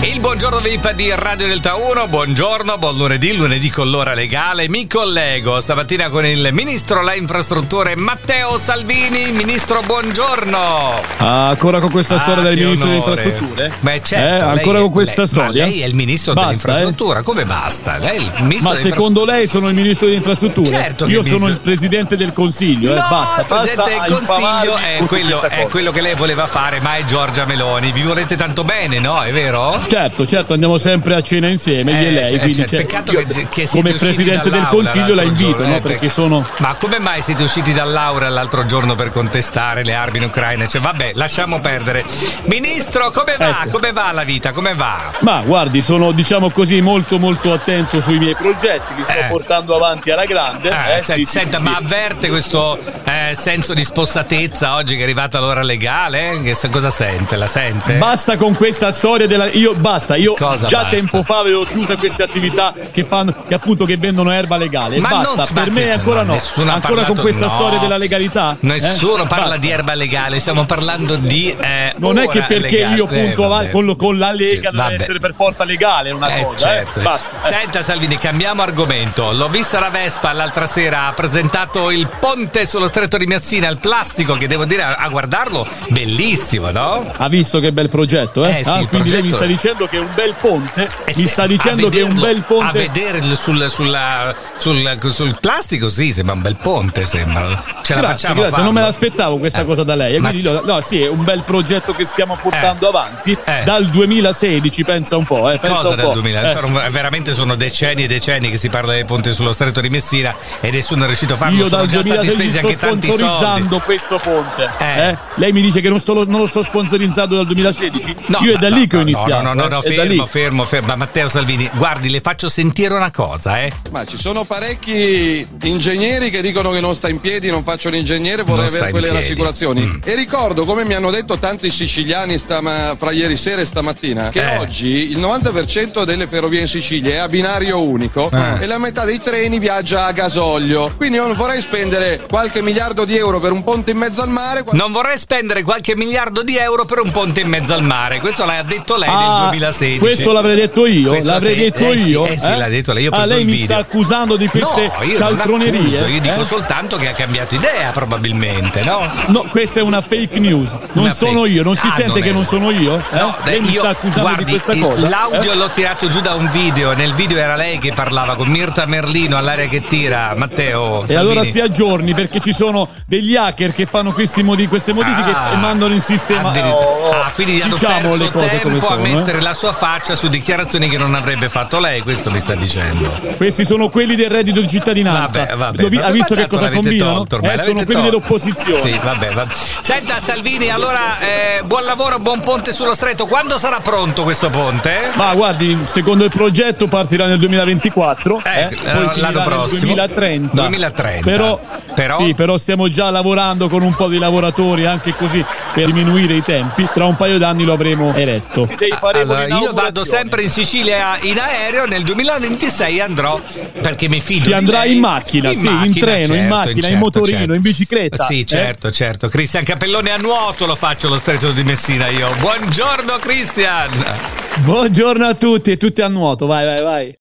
Il buongiorno VIP di Radio Delta 1, buongiorno, buon lunedì con l'ora legale. Mi collego stamattina con il ministro alle infrastrutture Matteo Salvini. Ministro, buongiorno. Ancora con questa storia del ministro delle infrastrutture? Beh, certo. Ancora con questa storia? Ma lei è il ministro dell'infrastruttura, come basta? Lei è il ministro ma secondo lei sono il ministro delle infrastrutture? Certo. Io sono il presidente del consiglio, no, basta. Il presidente del consiglio è quello che lei voleva fare, ma è Giorgia Meloni. Vi volete tanto bene, no? È vero? Certo, andiamo sempre a cena insieme, io e lei. Quindi peccato che come presidente del consiglio la invito, no? Perché sono. Ma come mai siete usciti dall'aula l'altro giorno per contestare le armi in Ucraina? Vabbè, lasciamo perdere. Ministro, come va? Ecco. Come va la vita? Come va? Ma guardi, sono così molto molto attento sui miei progetti, li sto portando avanti alla grande. Senta, ma avverte questo senso di spossatezza oggi che è arrivata l'ora legale? Cosa sente? La sente? Basta con questa storia Io Cosa già basta? tempo fa avevo chiuso queste attività che vendono erba legale. Ma basta, per me ancora no. Ancora con questa storia della legalità? Nessuno parla di erba legale, stiamo parlando di non è che perché legale. io punto con la Lega deve essere per forza legale una cosa. Certo. Basta. Senta Salvini, cambiamo argomento. L'ho vista la Vespa l'altra sera, ha presentato il ponte sullo Stretto di Messina, il plastico, che devo dire, a guardarlo bellissimo, no? Ha visto che bel progetto, sì, quindi progetto. lei mi sta dicendo che è un bel ponte? Mi sta dicendo che è un bel ponte? A vedere sul plastico, sì, sembra un bel ponte, sembra. Ce la facciamo grazie, farlo. non me l'aspettavo questa cosa da lei. Quindi sì, è un bel progetto che stiamo portando avanti dal 2016, pensa un po'. Cosa dal 2000? Veramente sono decenni e decenni che si parla del ponte sullo Stretto di Messina e nessuno è riuscito a farlo. Io sono dal già stati 2016 spesi anche tanti soldi. sto sponsorizzando questo ponte. Lei mi dice che non lo sto sponsorizzando dal 2016? No, io è da lì che ho iniziato. No, fermo. Ma Matteo Salvini, guardi, le faccio sentire una cosa, Ma ci sono parecchi ingegneri che dicono che non sta in piedi, non faccio l'ingegnere, vorrei avere quelle rassicurazioni. E ricordo, come mi hanno detto tanti siciliani fra ieri sera e stamattina, che oggi il 90% delle ferrovie in Sicilia è a binario unico e la metà dei treni viaggia a gasolio. Quindi io non vorrei spendere qualche miliardo di euro per un ponte in mezzo al mare. Non vorrei spendere qualche miliardo di euro per un ponte in mezzo al mare. Questo l'ha detto lei nel 2016. Questo l'avrei detto io? L'avrei detto io? Sì, l'ha detto lei. Io ho preso lei il mi video. sta accusando di queste cialtronerie? Io dico soltanto che ha cambiato idea, probabilmente, no? No, questa è una fake news. Non sono io, non si sente che non sono io? No, lei mi sta accusando di questa cosa? L'audio l'ho tirato giù da un video. Nel video era lei che parlava con Mirta Merlino all'aria che tira, Matteo Salvini. E allora si aggiorni, perché ci sono degli hacker che fanno queste modifiche e mandano il sistema. Quindi hanno diciamo perso le cose tempo come a mettere la sua faccia su dichiarazioni che non avrebbe fatto lei. Questo mi sta dicendo. Questi sono quelli del reddito di cittadinanza. Vabbè. Ha visto che cosa combinano? Sono quelli dell'opposizione. Sì, vabbè. Senta Salvini, allora buon lavoro, buon ponte sullo Stretto. Quando sarà pronto questo ponte? Ma guardi, secondo il progetto partirà nel 2024, poi l'anno prossimo nel 2030. Però stiamo già lavorando con un po' di lavoratori anche così per diminuire i tempi. Tra un paio d'anni lo avremo eretto. Allora, io vado sempre in Sicilia in aereo, nel 2026 andrò perché mi fido. Si andrà in macchina, in treno, in macchina, in motorino, in bicicletta. Sì, certo. Cristian Capellone a nuoto lo faccio lo Stretto di Messina io. Buongiorno Cristian. Buongiorno a tutti e tutti a nuoto, vai.